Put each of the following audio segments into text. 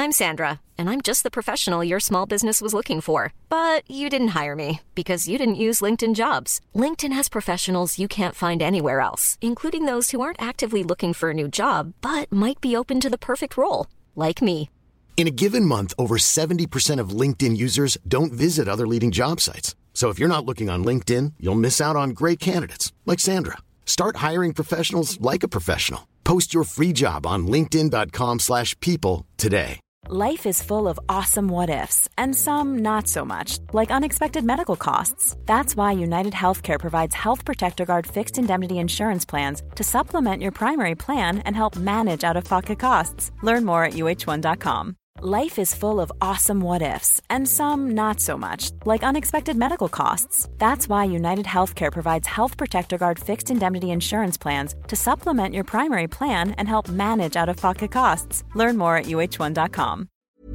I'm Sandra, and I'm just the professional your small business was looking for. But you didn't hire me because you didn't use LinkedIn Jobs. LinkedIn has professionals you can't find anywhere else, including those who aren't actively looking for a new job, but might be open to the perfect role, like me. In a given month, over 70% of LinkedIn users don't visit other leading job sites. So if you're not looking on LinkedIn, you'll miss out on great candidates like Sandra. Start hiring professionals like a professional. Post your free job on linkedin.com/people today. Life is full of awesome what-ifs, and some not so much, like unexpected medical costs. That's why United Healthcare provides Health Protector Guard fixed indemnity insurance plans to supplement your primary plan and help manage out-of-pocket costs. Learn more at uh1.com. Life is full of awesome what-ifs, and some not so much, like unexpected medical costs. That's why United Healthcare provides Health Protector Guard fixed indemnity insurance plans to supplement your primary plan and help manage out-of-pocket costs. Learn more at uh1.com.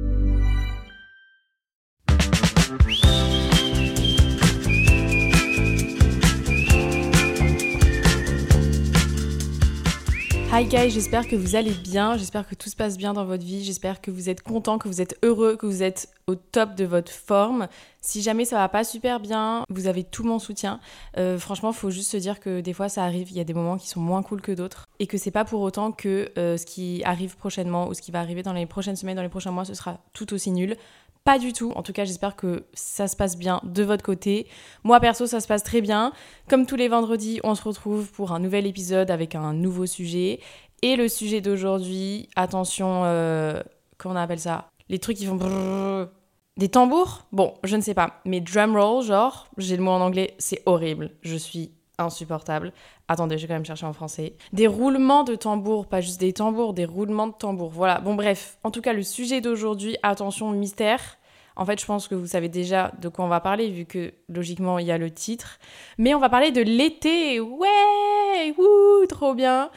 Hi guys, j'espère que vous allez bien, j'espère que tout se passe bien dans votre vie, j'espère que vous êtes contents, que vous êtes heureux, que vous êtes au top de votre forme. Si jamais ça va pas super bien, vous avez tout mon soutien. Franchement, faut juste se dire que des fois ça arrive, il y a des moments qui sont moins cool que d'autres et que c'est pas pour autant que ce qui arrive prochainement ou ce qui va arriver dans les prochaines semaines, dans les prochains mois, ce sera tout aussi nul. Pas du tout. En tout cas, j'espère que ça se passe bien de votre côté. Moi, perso, ça se passe très bien. Comme tous les vendredis, on se retrouve pour un nouvel épisode avec un nouveau sujet. Et le sujet d'aujourd'hui, attention, comment on appelle ça ? Les trucs qui font brrr, des tambours ? Bon, je ne sais pas. Mais drum roll, genre, j'ai le mot en anglais, c'est horrible. Je suis insupportable. Attendez, je vais quand même chercher en français. Des roulements de tambours, pas juste des tambours, des roulements de tambours. Voilà, bon bref. En tout cas, le sujet d'aujourd'hui, attention, mystère. En fait, je pense que vous savez déjà de quoi on va parler, vu que, logiquement, il y a le titre. Mais on va parler de l'été. Ouais, wouh, trop bien.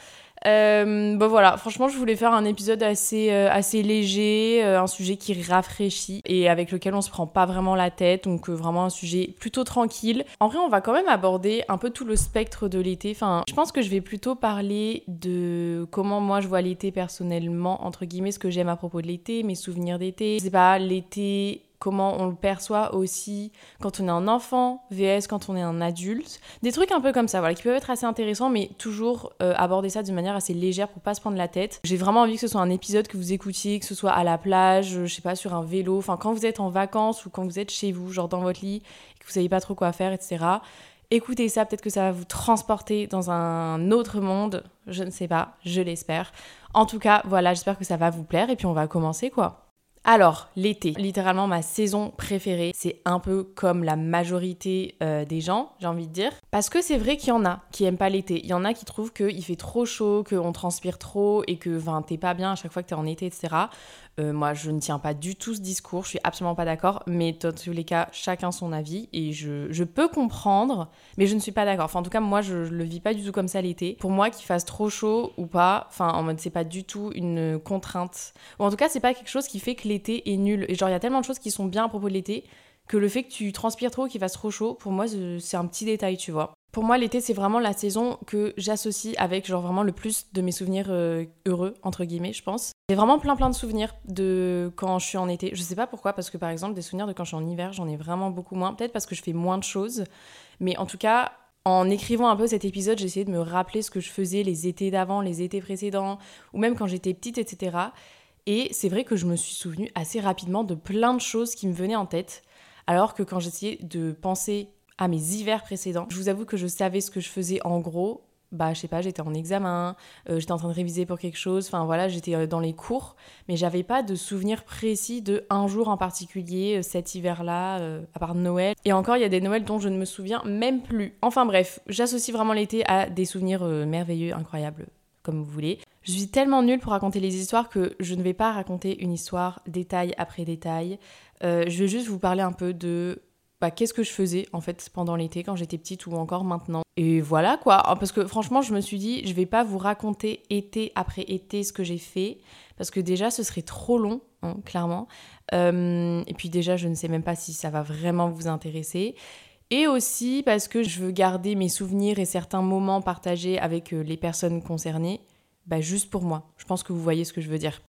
Bon voilà, franchement, je voulais faire un épisode assez léger, un sujet qui rafraîchit et avec lequel on se prend pas vraiment la tête, donc vraiment un sujet plutôt tranquille. En vrai, on va quand même aborder un peu tout le spectre de l'été. Enfin, je pense que je vais plutôt parler de comment moi je vois l'été personnellement, entre guillemets, ce que j'aime à propos de l'été, mes souvenirs d'été. Je sais pas, l'été, comment on le perçoit aussi quand on est un enfant, vs quand on est un adulte. Des trucs un peu comme ça, voilà, qui peuvent être assez intéressants, mais toujours aborder ça d'une manière assez légère pour pas se prendre la tête. J'ai vraiment envie que ce soit un épisode que vous écoutiez, que ce soit à la plage, je sais pas, sur un vélo, enfin quand vous êtes en vacances ou quand vous êtes chez vous, genre dans votre lit, et que vous savez pas trop quoi faire, etc. Écoutez ça, peut-être que ça va vous transporter dans un autre monde, je ne sais pas, je l'espère. En tout cas, voilà, j'espère que ça va vous plaire, et puis on va commencer, quoi. Alors, l'été, littéralement ma saison préférée, c'est un peu comme la majorité des gens, j'ai envie de dire. Parce que c'est vrai qu'il y en a qui aiment pas l'été. Il y en a qui trouvent qu'il fait trop chaud, qu'on transpire trop et que t'es pas bien à chaque fois que t'es en été, etc. Moi, je ne tiens pas du tout ce discours, je suis absolument pas d'accord. Mais dans tous les cas, chacun son avis et je peux comprendre, mais je ne suis pas d'accord. Enfin, en tout cas, moi, je le vis pas du tout comme ça l'été. Pour moi, qu'il fasse trop chaud ou pas, enfin, en mode, c'est pas du tout une contrainte. Ou en tout cas, c'est pas quelque chose qui fait que l'été est nul. Et genre, il y a tellement de choses qui sont bien à propos de l'été que le fait que tu transpires trop, qu'il fasse trop chaud, pour moi, c'est un petit détail, tu vois. Pour moi, l'été, c'est vraiment la saison que j'associe avec genre vraiment le plus de mes souvenirs heureux, entre guillemets, je pense. J'ai vraiment plein de souvenirs de quand je suis en été. Je sais pas pourquoi, parce que par exemple, des souvenirs de quand je suis en hiver, j'en ai vraiment beaucoup moins. Peut-être parce que je fais moins de choses. Mais en tout cas, en écrivant un peu cet épisode, j'ai essayé de me rappeler ce que je faisais les étés d'avant, les étés précédents, ou même quand j'étais petite, etc. Et c'est vrai que je me suis souvenue assez rapidement de plein de choses qui me venaient en tête. Alors que quand j'essayais de penser à mes hivers précédents, je vous avoue que je savais ce que je faisais en gros. Je sais pas, j'étais en examen, j'étais en train de réviser pour quelque chose, enfin voilà, j'étais dans les cours, mais j'avais pas de souvenir précis de un jour en particulier, cet hiver-là, à part Noël. Et encore, il y a des Noëls dont je ne me souviens même plus. Enfin bref, j'associe vraiment l'été à des souvenirs merveilleux, incroyables, comme vous voulez. Je suis tellement nulle pour raconter les histoires que je ne vais pas raconter une histoire détail après détail. Je vais juste vous parler un peu de qu'est-ce que je faisais en fait pendant l'été quand j'étais petite ou encore maintenant. Et voilà quoi, parce que franchement je me suis dit je vais pas vous raconter été après été ce que j'ai fait parce que déjà ce serait trop long, hein, clairement. Et puis déjà je ne sais même pas si ça va vraiment vous intéresser. Et aussi parce que je veux garder mes souvenirs et certains moments partagés avec les personnes concernées, juste pour moi. Je pense que vous voyez ce que je veux dire.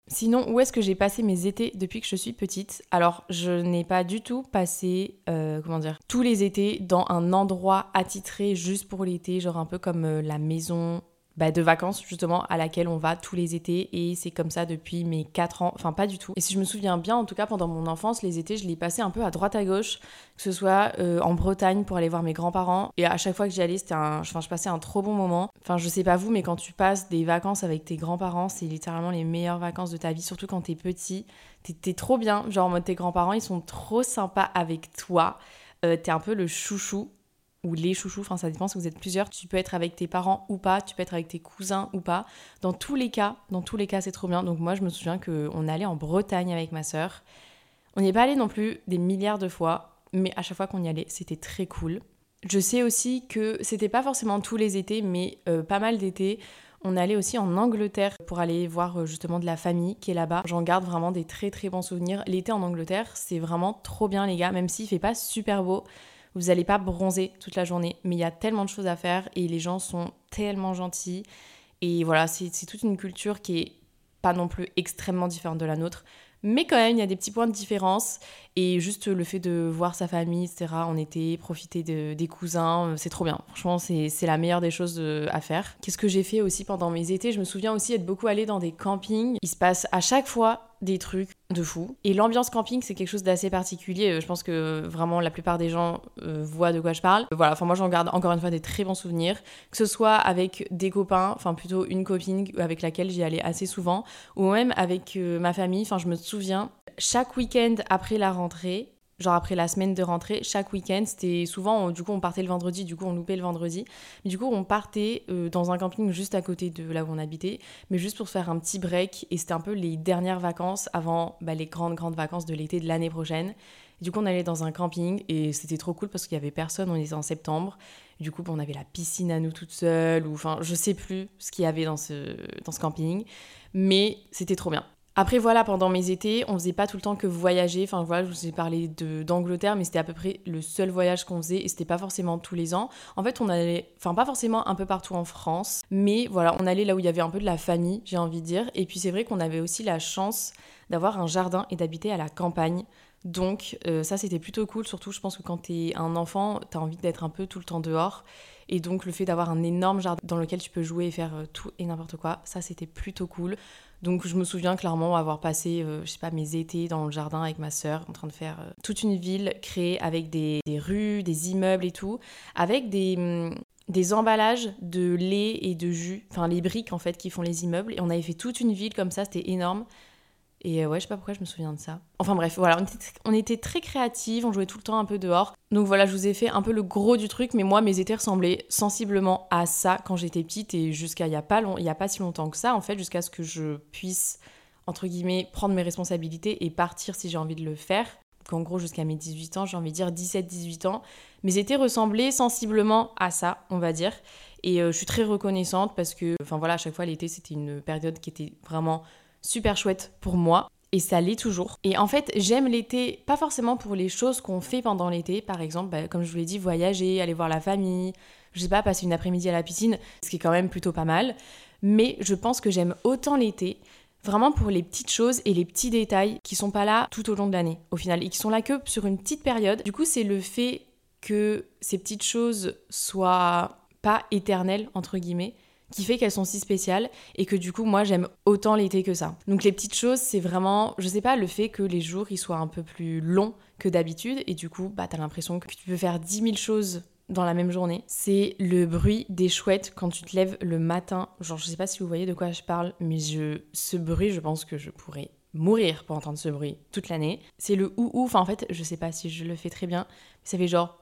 Sinon, où est-ce que j'ai passé mes étés depuis que je suis petite ? Alors, je n'ai pas du tout passé, tous les étés dans un endroit attitré juste pour l'été, genre un peu comme la maison de vacances justement à laquelle on va tous les étés, et c'est comme ça depuis mes 4 ans, enfin pas du tout. Et si je me souviens bien, en tout cas pendant mon enfance, les étés je les passais un peu à droite à gauche, que ce soit en Bretagne pour aller voir mes grands-parents, et à chaque fois que j'y allais je passais un trop bon moment. Enfin je sais pas vous, mais quand tu passes des vacances avec tes grands-parents, c'est littéralement les meilleures vacances de ta vie, surtout quand t'es petit, t'es trop bien, genre en mode tes grands-parents ils sont trop sympas avec toi, t'es un peu le chouchou ou les chouchous, enfin ça dépend si vous êtes plusieurs, tu peux être avec tes parents ou pas, tu peux être avec tes cousins ou pas. Dans tous les cas, c'est trop bien. Donc moi je me souviens qu'on allait en Bretagne avec ma sœur. On n'y est pas allé non plus des milliards de fois, mais à chaque fois qu'on y allait, c'était très cool. Je sais aussi que c'était pas forcément tous les étés, mais pas mal d'étés. On allait aussi en Angleterre pour aller voir justement de la famille qui est là-bas. J'en garde vraiment des très très bons souvenirs. L'été en Angleterre, c'est vraiment trop bien les gars, même s'il fait pas super beau. Vous n'allez pas bronzer toute la journée, mais il y a tellement de choses à faire et les gens sont tellement gentils. Et voilà, c'est toute une culture qui est pas non plus extrêmement différente de la nôtre. Mais quand même, il y a des petits points de différence. Et juste le fait de voir sa famille, etc. en été, profiter des cousins, c'est trop bien. Franchement, c'est la meilleure des choses à faire. Qu'est-ce que j'ai fait aussi pendant mes étés ? Je me souviens aussi être beaucoup allée dans des campings. Il se passe à chaque fois des trucs de fou. Et l'ambiance camping, c'est quelque chose d'assez particulier. Je pense que vraiment la plupart des gens voient de quoi je parle. Voilà, enfin moi j'en garde encore une fois des très bons souvenirs. Que ce soit avec des copains, enfin plutôt une copine avec laquelle j'y allais assez souvent, ou même avec ma famille. Enfin je me souviens, chaque week-end après la rentrée, genre après la semaine de rentrée, chaque week-end, c'était souvent, du coup on partait le vendredi, du coup on loupait le vendredi, mais du coup on partait dans un camping juste à côté de là où on habitait, mais juste pour faire un petit break, et c'était un peu les dernières vacances avant les grandes vacances de l'été de l'année prochaine. Et du coup on allait dans un camping et c'était trop cool parce qu'il y avait personne, on était en septembre, et du coup on avait la piscine à nous toute seule, ou enfin je sais plus ce qu'il y avait dans ce camping, mais c'était trop bien. Après voilà, pendant mes étés, on faisait pas tout le temps que voyager. Enfin voilà, je vous ai parlé d'Angleterre, mais c'était à peu près le seul voyage qu'on faisait, et c'était pas forcément tous les ans. En fait, on allait, enfin pas forcément un peu partout en France, mais voilà, on allait là où il y avait un peu de la famille, j'ai envie de dire. Et puis c'est vrai qu'on avait aussi la chance d'avoir un jardin et d'habiter à la campagne. Donc ça c'était plutôt cool, surtout je pense que quand t'es un enfant, t'as envie d'être un peu tout le temps dehors. Et donc le fait d'avoir un énorme jardin dans lequel tu peux jouer et faire tout et n'importe quoi, ça c'était plutôt cool. Donc je me souviens clairement avoir passé, mes étés dans le jardin avec ma sœur, en train de faire toute une ville créée avec des rues, des immeubles et tout, avec des emballages de lait et de jus, enfin les briques en fait qui font les immeubles. Et on avait fait toute une ville comme ça, c'était énorme. Et je sais pas pourquoi je me souviens de ça. Enfin bref, voilà, on était très créatives, on jouait tout le temps un peu dehors. Donc voilà, je vous ai fait un peu le gros du truc, mais moi, mes étés ressemblaient sensiblement à ça quand j'étais petite, et jusqu'à il y a pas si longtemps que ça, en fait, jusqu'à ce que je puisse, entre guillemets, prendre mes responsabilités et partir si j'ai envie de le faire. Donc en gros, jusqu'à mes 18 ans, j'ai envie de dire 17-18 ans, mes étés ressemblaient sensiblement à ça, on va dire. Et je suis très reconnaissante parce que, enfin voilà, à chaque fois, l'été, c'était une période qui était vraiment super chouette pour moi, et ça l'est toujours. Et en fait, j'aime l'été, pas forcément pour les choses qu'on fait pendant l'été, par exemple, comme je vous l'ai dit, voyager, aller voir la famille, je sais pas, passer une après-midi à la piscine, ce qui est quand même plutôt pas mal, mais je pense que j'aime autant l'été vraiment pour les petites choses et les petits détails qui sont pas là tout au long de l'année, au final, et qui sont là que sur une petite période. Du coup, c'est le fait que ces petites choses soient pas éternelles, entre guillemets, qui fait qu'elles sont si spéciales, et que du coup moi j'aime autant l'été que ça. Donc les petites choses, c'est vraiment, je sais pas, le fait que les jours ils soient un peu plus longs que d'habitude, et du coup t'as l'impression que tu peux faire 10 000 choses dans la même journée. C'est le bruit des chouettes quand tu te lèves le matin, genre je sais pas si vous voyez de quoi je parle, mais ce bruit, je pense que je pourrais mourir pour entendre ce bruit toute l'année. C'est le ou, enfin en fait je sais pas si je le fais très bien, mais ça fait genre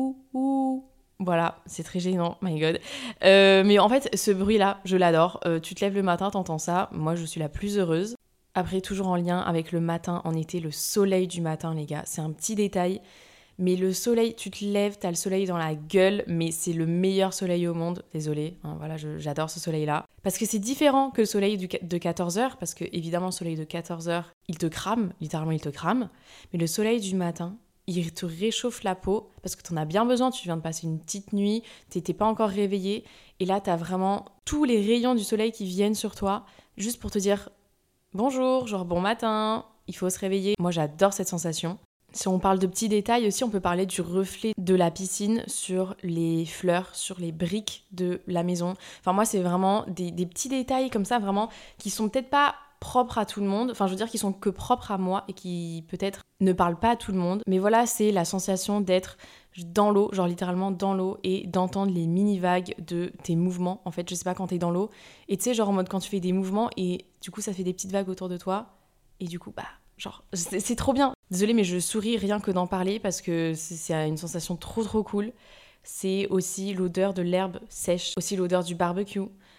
ou. Voilà, c'est très gênant, my god. Mais en fait, ce bruit-là, je l'adore. Tu te lèves le matin, t'entends ça. Moi, je suis la plus heureuse. Après, toujours en lien avec le matin, en été, le soleil du matin, les gars. C'est un petit détail. Mais le soleil, tu te lèves, t'as le soleil dans la gueule, mais c'est le meilleur soleil au monde. Désolée, hein, voilà, j'adore ce soleil-là. Parce que c'est différent que le soleil de 14h, parce que évidemment, le soleil de 14h, il te crame, littéralement, il te crame. Mais le soleil du matin, il te réchauffe la peau parce que t'en as bien besoin, tu viens de passer une petite nuit, t'étais pas encore réveillé, et là t'as vraiment tous les rayons du soleil qui viennent sur toi juste pour te dire bonjour, genre bon matin, il faut se réveiller. Moi j'adore cette sensation. Si on parle de petits détails aussi, on peut parler du reflet de la piscine sur les fleurs, sur les briques de la maison. Enfin moi c'est vraiment des petits détails comme ça vraiment qui sont peut-être pas propres à tout le monde, enfin je veux dire qui sont que propres à moi et qui peut-être ne parlent pas à tout le monde. Mais voilà, c'est la sensation d'être dans l'eau, genre littéralement dans l'eau et d'entendre les mini-vagues de tes mouvements. En fait, je sais pas, quand t'es dans l'eau et tu sais genre en mode quand tu fais des mouvements et du coup ça fait des petites vagues autour de toi et du coup genre, c'est trop bien. Désolée, mais je souris rien que d'en parler parce que c'est une sensation trop cool. C'est aussi l'odeur de l'herbe sèche, aussi l'odeur du barbecue.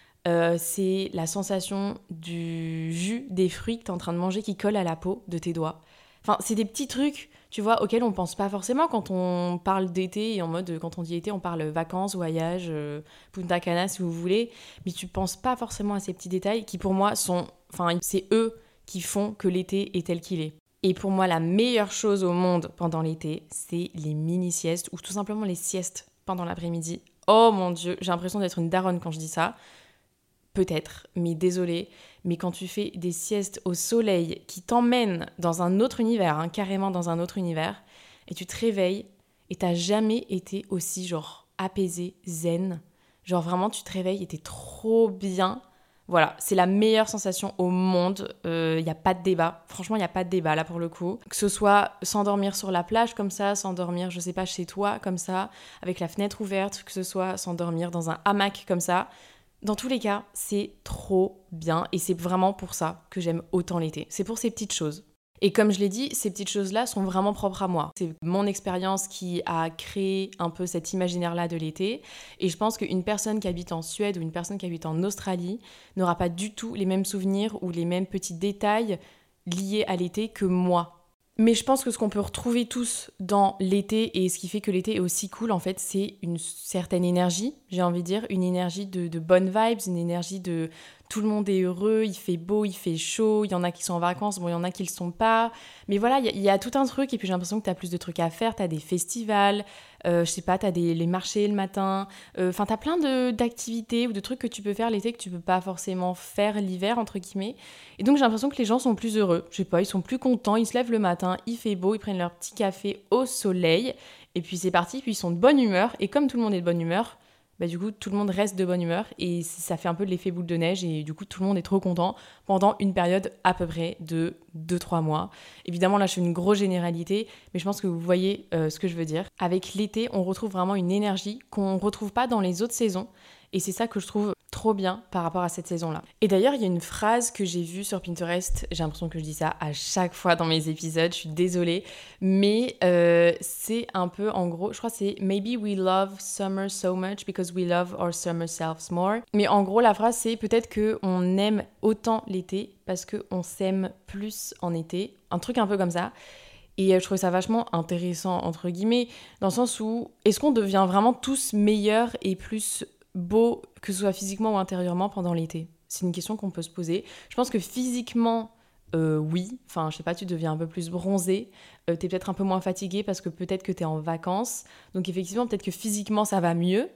C'est la sensation du jus des fruits que t'es en train de manger qui colle à la peau de tes doigts. Enfin, c'est des petits trucs, tu vois, auxquels on pense pas forcément quand on parle d'été et en mode, quand on dit été, on parle vacances, voyage, Punta Cana si vous voulez. Mais tu penses pas forcément à ces petits détails qui pour moi sont... Enfin, c'est eux qui font que l'été est tel qu'il est. Et pour moi, la meilleure chose au monde pendant l'été, c'est les mini-siestes ou tout simplement les siestes pendant l'après-midi. Oh mon Dieu, j'ai l'impression d'être une daronne quand je dis ça. Peut-être, mais désolée. Mais quand tu fais des siestes au soleil qui t'emmènent dans un autre univers, carrément dans un autre univers, et tu te réveilles et t'as jamais été aussi genre apaisé, zen. Genre vraiment, tu te réveilles et t'es trop bien. Voilà, c'est la meilleure sensation au monde, y a pas de débat, franchement il y a pas de débat là pour le coup. Que ce soit s'endormir sur la plage comme ça, s'endormir je sais pas chez toi comme ça, avec la fenêtre ouverte, que ce soit s'endormir dans un hamac comme ça, dans tous les cas c'est trop bien et c'est vraiment pour ça que j'aime autant l'été, c'est pour ces petites choses. Et comme je l'ai dit, ces petites choses-là sont vraiment propres à moi. C'est mon expérience qui a créé un peu cet imaginaire-là de l'été. Et je pense qu'une personne qui habite en Suède ou une personne qui habite en Australie n'aura pas du tout les mêmes souvenirs ou les mêmes petits détails liés à l'été que moi. Mais je pense que ce qu'on peut retrouver tous dans l'été et ce qui fait que l'été est aussi cool, en fait, c'est une certaine énergie, j'ai envie de dire, une énergie de bonnes vibes, une énergie de tout le monde est heureux, il fait beau, il fait chaud, il y en a qui sont en vacances, bon, il y en a qui le sont pas. Mais voilà, il y a tout un truc et puis j'ai l'impression que t'as plus de trucs à faire, t'as des festivals, je sais pas, t'as les marchés le matin, enfin t'as plein d'activités ou de trucs que tu peux faire l'été que tu peux pas forcément faire l'hiver, entre guillemets. Et donc j'ai l'impression que les gens sont plus heureux, je sais pas, ils sont plus contents, ils se lèvent le matin, il fait beau, ils prennent leur petit café au soleil et puis c'est parti, puis ils sont de bonne humeur et comme tout le monde est de bonne humeur, du coup tout le monde reste de bonne humeur et ça fait un peu l'effet boule de neige et du coup tout le monde est trop content pendant une période à peu près de 2-3 mois. Évidemment là je fais une grosse généralité mais je pense que vous voyez ce que je veux dire. Avec l'été on retrouve vraiment une énergie qu'on retrouve pas dans les autres saisons et c'est ça que je trouve trop bien par rapport à cette saison-là. Et d'ailleurs, il y a une phrase que j'ai vue sur Pinterest, j'ai l'impression que je dis ça à chaque fois dans mes épisodes, je suis désolée, mais c'est un peu, en gros, je crois que c'est « Maybe we love summer so much because we love our summer selves more ». Mais en gros, la phrase, c'est peut-être qu'on aime autant l'été parce qu'on s'aime plus en été, un truc un peu comme ça. Et je trouve ça vachement intéressant, entre guillemets, dans le sens où est-ce qu'on devient vraiment tous meilleurs et plus beau, que ce soit physiquement ou intérieurement pendant l'été? C'est une question qu'on peut se poser. Je pense que physiquement, oui. Enfin, je sais pas, tu deviens un peu plus bronzé. T'es peut-être un peu moins fatigué parce que peut-être que t'es en vacances. Donc effectivement, peut-être que physiquement, ça va mieux.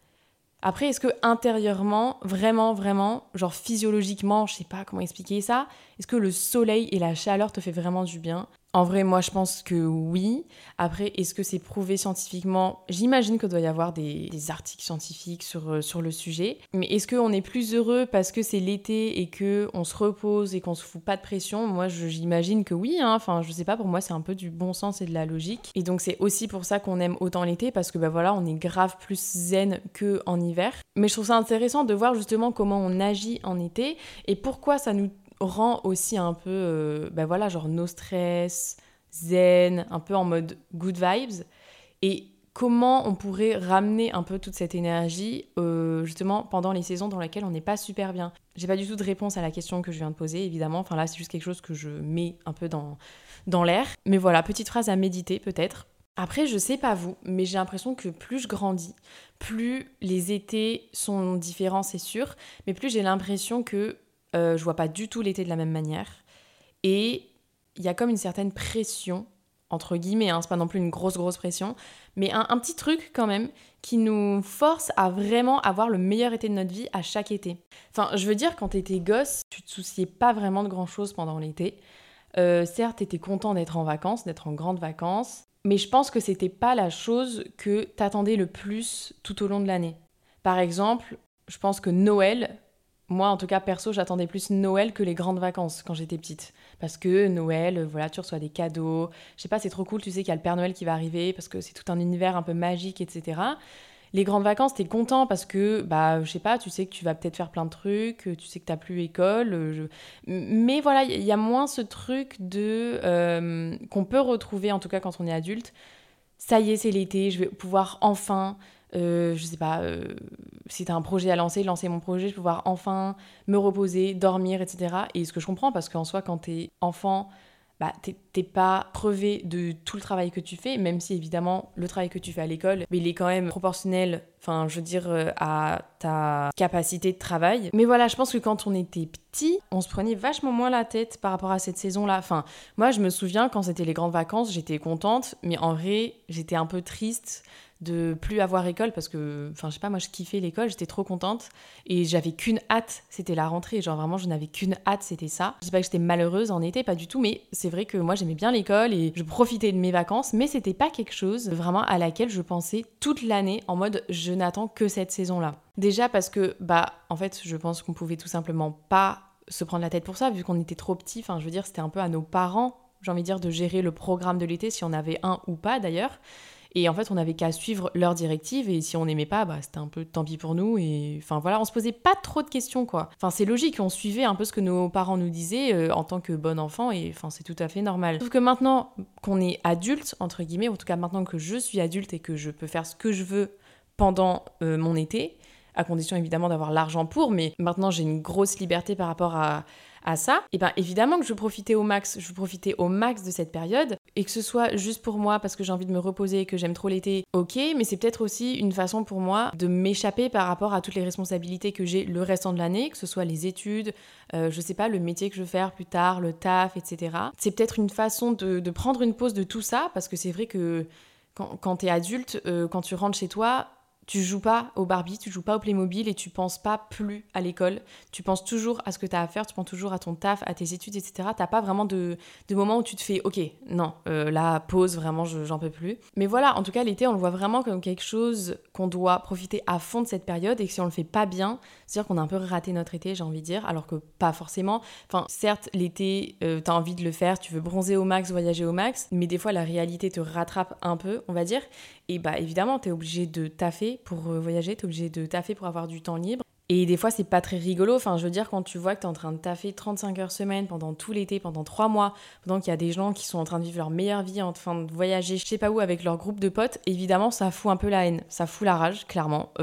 Après, est-ce que intérieurement, vraiment, genre physiologiquement, je sais pas comment expliquer ça, est-ce que le soleil et la chaleur te fait vraiment du bien? En vrai, moi, je pense que oui. Après, est-ce que c'est prouvé scientifiquement? J'imagine qu'il doit y avoir des articles scientifiques sur le sujet. Mais est-ce qu'on est plus heureux parce que c'est l'été et qu'on se repose et qu'on se fout pas de pression? Moi, j'imagine que oui. Enfin, je sais pas, pour moi, c'est un peu du bon sens et de la logique. Et donc, c'est aussi pour ça qu'on aime autant l'été parce que, voilà, on est grave plus zen qu'en hiver. Mais je trouve ça intéressant de voir justement comment on agit en été et pourquoi ça nous rend aussi un peu, genre no stress, zen, un peu en mode good vibes. Et comment on pourrait ramener un peu toute cette énergie justement pendant les saisons dans lesquelles on n'est pas super bien. J'ai pas du tout de réponse à la question que je viens de poser, évidemment. Enfin là, c'est juste quelque chose que je mets un peu dans l'air. Mais voilà, petite phrase à méditer peut-être. Après, je sais pas vous, mais j'ai l'impression que plus je grandis, plus les étés sont différents, c'est sûr, mais plus j'ai l'impression que je vois pas du tout l'été de la même manière. Et il y a comme une certaine pression entre guillemets, hein, c'est pas non plus une grosse pression, mais un petit truc quand même qui nous force à vraiment avoir le meilleur été de notre vie à chaque été. Enfin, je veux dire, quand t'étais gosse, tu te souciais pas vraiment de grand-chose pendant l'été. Certes, t'étais content d'être en vacances, d'être en grandes vacances, mais je pense que c'était pas la chose que t'attendais le plus tout au long de l'année. Par exemple, je pense que Noël, moi en tout cas perso, j'attendais plus Noël que les grandes vacances quand j'étais petite. Parce que Noël, voilà, tu reçois des cadeaux, je sais pas, c'est trop cool, tu sais qu'il y a le Père Noël qui va arriver, parce que c'est tout un univers un peu magique, etc. Les grandes vacances, t'es content parce que, je sais pas, tu sais que tu vas peut-être faire plein de trucs, tu sais que t'as plus école. Mais voilà, il y a moins ce truc qu'on peut retrouver, en tout cas quand on est adulte. Ça y est, c'est l'été, je vais pouvoir enfin, je sais pas, si t'as un projet à lancer mon projet, je vais pouvoir enfin me reposer, dormir, etc. Et ce que je comprends, parce qu'en soi, quand t'es enfant, t'es pas crevé de tout le travail que tu fais, même si évidemment le travail que tu fais à l'école, mais il est quand même proportionnel, enfin je veux dire, à ta capacité de travail. Mais voilà, je pense que quand on était petit, on se prenait vachement moins la tête par rapport à cette saison-là. Enfin, moi je me souviens quand c'était les grandes vacances, j'étais contente, mais en vrai, j'étais un peu triste de plus avoir école parce que, enfin je sais pas, moi je kiffais l'école, j'étais trop contente et j'avais qu'une hâte, c'était la rentrée, genre vraiment je n'avais qu'une hâte, c'était ça. Je sais pas que j'étais malheureuse en été, pas du tout, mais c'est vrai que moi j'aimais bien l'école et je profitais de mes vacances, mais c'était pas quelque chose vraiment à laquelle je pensais toute l'année en mode je n'attends que cette saison-là. Déjà parce que, en fait je pense qu'on pouvait tout simplement pas se prendre la tête pour ça vu qu'on était trop petits, enfin je veux dire c'était un peu à nos parents, j'ai envie de dire, de gérer le programme de l'été si on avait un ou pas d'ailleurs. Et en fait, on n'avait qu'à suivre leurs directives et si on n'aimait pas, c'était un peu tant pis pour nous. Et enfin voilà, on se posait pas trop de questions quoi. Enfin c'est logique, on suivait un peu ce que nos parents nous disaient en tant que bon enfant et enfin c'est tout à fait normal. Sauf que maintenant qu'on est adulte, entre guillemets, en tout cas maintenant que je suis adulte et que je peux faire ce que je veux pendant mon été, à condition évidemment d'avoir l'argent pour, mais maintenant j'ai une grosse liberté par rapport à ça, et évidemment que je profitais au max de cette période, et que ce soit juste pour moi parce que j'ai envie de me reposer, que j'aime trop l'été, ok, mais c'est peut-être aussi une façon pour moi de m'échapper par rapport à toutes les responsabilités que j'ai le restant de l'année, que ce soit les études, je sais pas, le métier que je veux faire plus tard, le taf, etc. C'est peut-être une façon de prendre une pause de tout ça, parce que c'est vrai que quand t'es adulte, quand tu rentres chez toi, tu joues pas au Barbie, tu joues pas au Playmobil et tu penses pas plus à l'école. Tu penses toujours à ce que t'as à faire, tu penses toujours à ton taf, à tes études, etc. T'as pas vraiment de moment où tu te fais « Ok, non, là, pause, vraiment, j'en peux plus. » Mais voilà, en tout cas, l'été, on le voit vraiment comme quelque chose qu'on doit profiter à fond de cette période et que si on le fait pas bien, c'est-à-dire qu'on a un peu raté notre été, j'ai envie de dire, alors que pas forcément. Enfin, certes, l'été, t'as envie de le faire, tu veux bronzer au max, voyager au max, mais des fois, la réalité te rattrape un peu, on va dire. Et évidemment, t'es obligé de taffer pour voyager, t'es obligé de taffer pour avoir du temps libre. Et des fois, c'est pas très rigolo. Enfin, je veux dire, quand tu vois que t'es en train de taffer 35 heures semaine pendant tout l'été, pendant 3 mois, pendant qu'il y a des gens qui sont en train de vivre leur meilleure vie, en train de voyager je sais pas où avec leur groupe de potes, évidemment, ça fout un peu la haine. Ça fout la rage, clairement.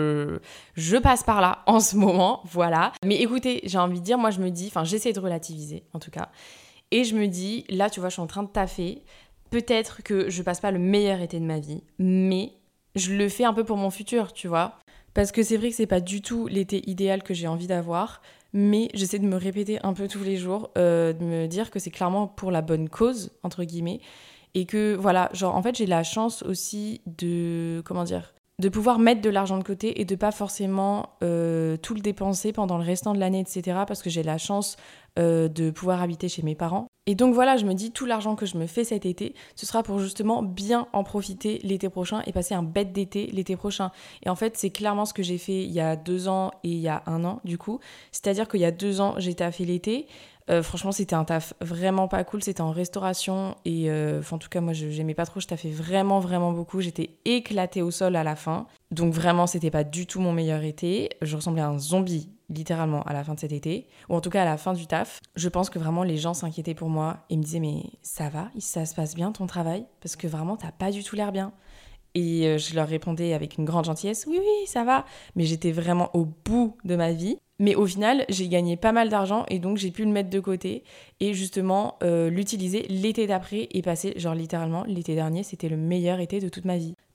Je passe par là en ce moment, voilà. Mais écoutez, j'ai envie de dire, moi, je me dis, enfin, j'essaie de relativiser, en tout cas. Et je me dis, là, tu vois, je suis en train de taffer. Peut-être que je passe pas le meilleur été de ma vie, mais je le fais un peu pour mon futur, tu vois. Parce que c'est vrai que c'est pas du tout l'été idéal que j'ai envie d'avoir, mais j'essaie de me répéter un peu tous les jours, de me dire que c'est clairement pour la bonne cause, entre guillemets, et que voilà, genre en fait j'ai la chance aussi de pouvoir mettre de l'argent de côté et de pas forcément tout le dépenser pendant le restant de l'année, etc. Parce que j'ai la chance de pouvoir habiter chez mes parents. Et donc voilà, je me dis, tout l'argent que je me fais cet été, ce sera pour justement bien en profiter l'été prochain et passer un bête d'été l'été prochain. Et en fait, c'est clairement ce que j'ai fait il y a 2 ans et il y a 1 an, du coup. C'est-à-dire qu'il y a 2 ans, j'ai taffé l'été. Franchement, c'était un taf vraiment pas cool. C'était en restauration et en tout cas, moi, j'aimais pas trop. Je taffais vraiment, vraiment beaucoup. J'étais éclatée au sol à la fin. Donc vraiment, c'était pas du tout mon meilleur été. Je ressemblais à un zombie, littéralement, à la fin de cet été. Ou en tout cas, à la fin du taf. Je pense que vraiment, les gens s'inquiétaient pour moi et me disaient « Mais ça va ? Ça se passe bien, ton travail ? Parce que vraiment, t'as pas du tout l'air bien. » Et je leur répondais avec une grande gentillesse « Oui, ça va. » Mais j'étais vraiment au bout de ma vie. Mais au final, j'ai gagné pas mal d'argent et donc j'ai pu le mettre de côté et justement l'utiliser l'été d'après et passer, genre littéralement, l'été dernier, c'était le meilleur été de toute ma vie.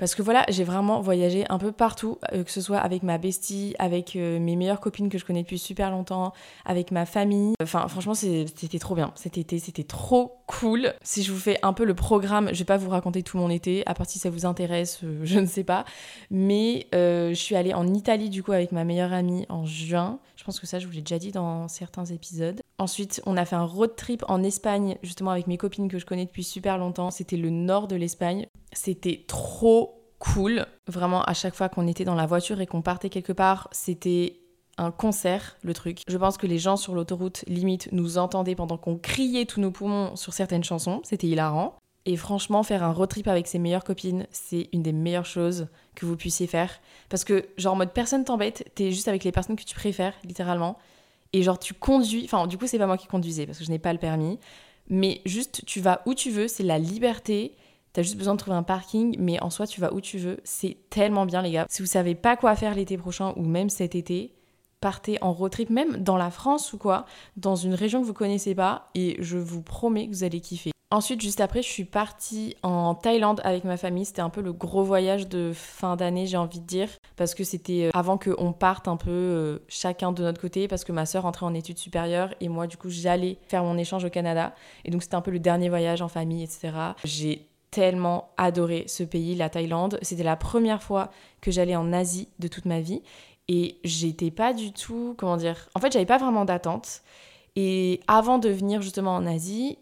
Parce que voilà, j'ai vraiment voyagé un peu partout, que ce soit avec ma bestie, avec mes meilleures copines que je connais depuis super longtemps, avec ma famille. Enfin, franchement, c'était trop bien. Cet été, c'était trop cool. Si je vous fais un peu le programme, je vais pas vous raconter tout mon été, à part si ça vous intéresse, je ne sais pas. Mais je suis allée en Italie, du coup, avec ma meilleure amie en juin. Je pense que ça, je vous l'ai déjà dit dans certains épisodes. Ensuite, on a fait un road trip en Espagne, justement avec mes copines que je connais depuis super longtemps. C'était le nord de l'Espagne. C'était trop cool. Vraiment, à chaque fois qu'on était dans la voiture et qu'on partait quelque part, c'était un concert, le truc. Je pense que les gens sur l'autoroute, limite, nous entendaient pendant qu'on criait tous nos poumons sur certaines chansons. C'était hilarant. Et franchement, faire un road trip avec ses meilleures copines, c'est une des meilleures choses que vous puissiez faire. Parce que, genre, en mode personne t'embête, t'es juste avec les personnes que tu préfères, littéralement. Et genre, tu conduis... Enfin, du coup, c'est pas moi qui conduisais, parce que je n'ai pas le permis. Mais juste, tu vas où tu veux, c'est la liberté. T'as juste besoin de trouver un parking, mais en soi, tu vas où tu veux. C'est tellement bien, les gars. Si vous savez pas quoi faire l'été prochain, ou même cet été, partez en road trip, même dans la France ou quoi, dans une région que vous connaissez pas, et je vous promets que vous allez kiffer. Ensuite, juste après, je suis partie en Thaïlande avec ma famille. C'était un peu le gros voyage de fin d'année, j'ai envie de dire. Parce que c'était avant qu'on parte un peu chacun de notre côté. Parce que ma sœur entrait en études supérieures. Et moi, du coup, j'allais faire mon échange au Canada. Et donc, c'était un peu le dernier voyage en famille, etc. J'ai tellement adoré ce pays, la Thaïlande. C'était la première fois que j'allais en Asie de toute ma vie. Et j'étais pas du tout... Comment dire ? En fait, j'avais pas vraiment d'attente. Et avant de venir justement en Asie...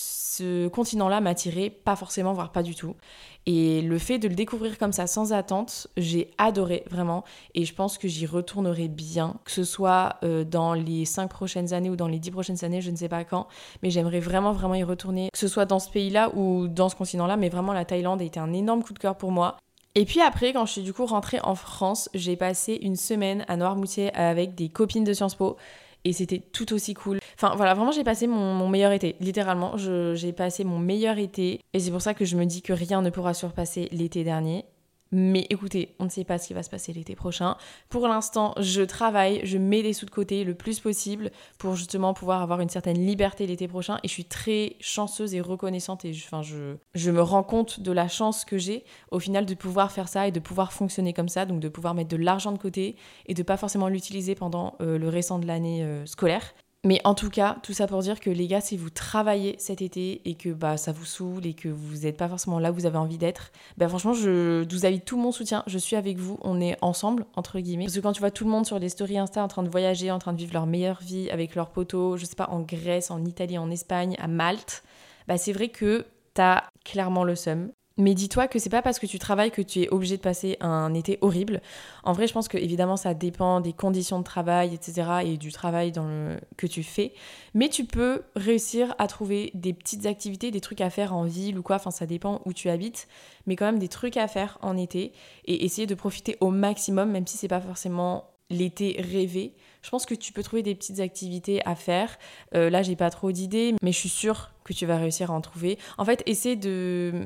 Ce continent-là m'attirait pas forcément, voire pas du tout. Et le fait de le découvrir comme ça, sans attente, j'ai adoré, vraiment. Et je pense que j'y retournerai bien, que ce soit dans les 5 prochaines années ou dans les 10 prochaines années, je ne sais pas quand. Mais j'aimerais vraiment, vraiment y retourner, que ce soit dans ce pays-là ou dans ce continent-là. Mais vraiment, la Thaïlande a été un énorme coup de cœur pour moi. Et puis après, quand je suis du coup rentrée en France, j'ai passé une semaine à Noirmoutier avec des copines de Sciences Po. Et c'était tout aussi cool. Enfin voilà, vraiment j'ai passé mon meilleur été. Littéralement, j'ai passé mon meilleur été. Et c'est pour ça que je me dis que rien ne pourra surpasser l'été dernier. Mais écoutez, on ne sait pas ce qui va se passer l'été prochain. Pour l'instant, je travaille, je mets des sous de côté le plus possible pour justement pouvoir avoir une certaine liberté l'été prochain. Et je suis très chanceuse et reconnaissante et je me rends compte de la chance que j'ai au final de pouvoir faire ça et de pouvoir fonctionner comme ça. Donc de pouvoir mettre de l'argent de côté et de pas forcément l'utiliser pendant le restant de l'année scolaire. Mais en tout cas, tout ça pour dire que les gars, si vous travaillez cet été et que ça vous saoule et que vous n'êtes pas forcément là où vous avez envie d'être, franchement, je vous invite tout mon soutien. Je suis avec vous, on est ensemble, entre guillemets. Parce que quand tu vois tout le monde sur les stories Insta en train de voyager, en train de vivre leur meilleure vie avec leurs potos, je sais pas, en Grèce, en Italie, en Espagne, à Malte, c'est vrai que t'as clairement le seum. Mais dis-toi que c'est pas parce que tu travailles que tu es obligé de passer un été horrible. En vrai, je pense que évidemment ça dépend des conditions de travail, etc. et du travail que tu fais. Mais tu peux réussir à trouver des petites activités, des trucs à faire en ville ou quoi. Enfin, ça dépend où tu habites. Mais quand même des trucs à faire en été et essayer de profiter au maximum, même si c'est pas forcément l'été rêvé. Je pense que tu peux trouver des petites activités à faire. Là, j'ai pas trop d'idées, mais je suis sûre que tu vas réussir à en trouver. En fait, essaie de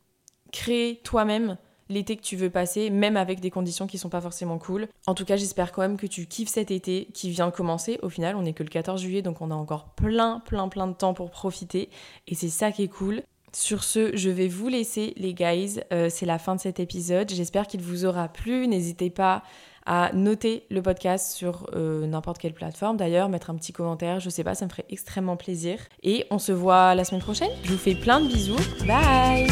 créer toi-même l'été que tu veux passer, même avec des conditions qui sont pas forcément cool. En tout cas, j'espère quand même que tu kiffes cet été qui vient de commencer. Au final, on n'est que le 14 juillet, donc on a encore plein de temps pour profiter. Et c'est ça qui est cool. Sur ce, je vais vous laisser, les guys. C'est la fin de cet épisode. J'espère qu'il vous aura plu. N'hésitez pas à noter le podcast sur n'importe quelle plateforme. D'ailleurs, mettre un petit commentaire, je sais pas, ça me ferait extrêmement plaisir. Et on se voit la semaine prochaine. Je vous fais plein de bisous. Bye!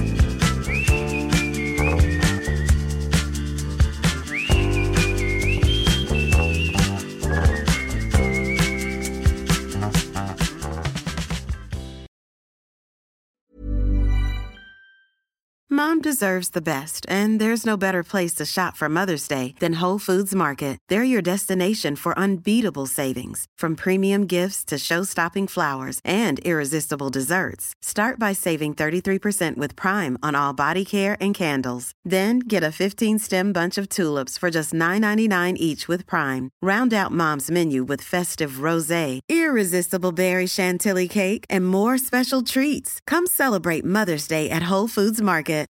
Mom deserves the best, and there's no better place to shop for Mother's Day than Whole Foods Market. They're your destination for unbeatable savings, from premium gifts to show-stopping flowers and irresistible desserts. Start by saving 33% with Prime on all body care and candles. Then get a 15-stem bunch of tulips for just $9.99 each with Prime. Round out Mom's menu with festive rosé, irresistible berry chantilly cake, and more special treats. Come celebrate Mother's Day at Whole Foods Market.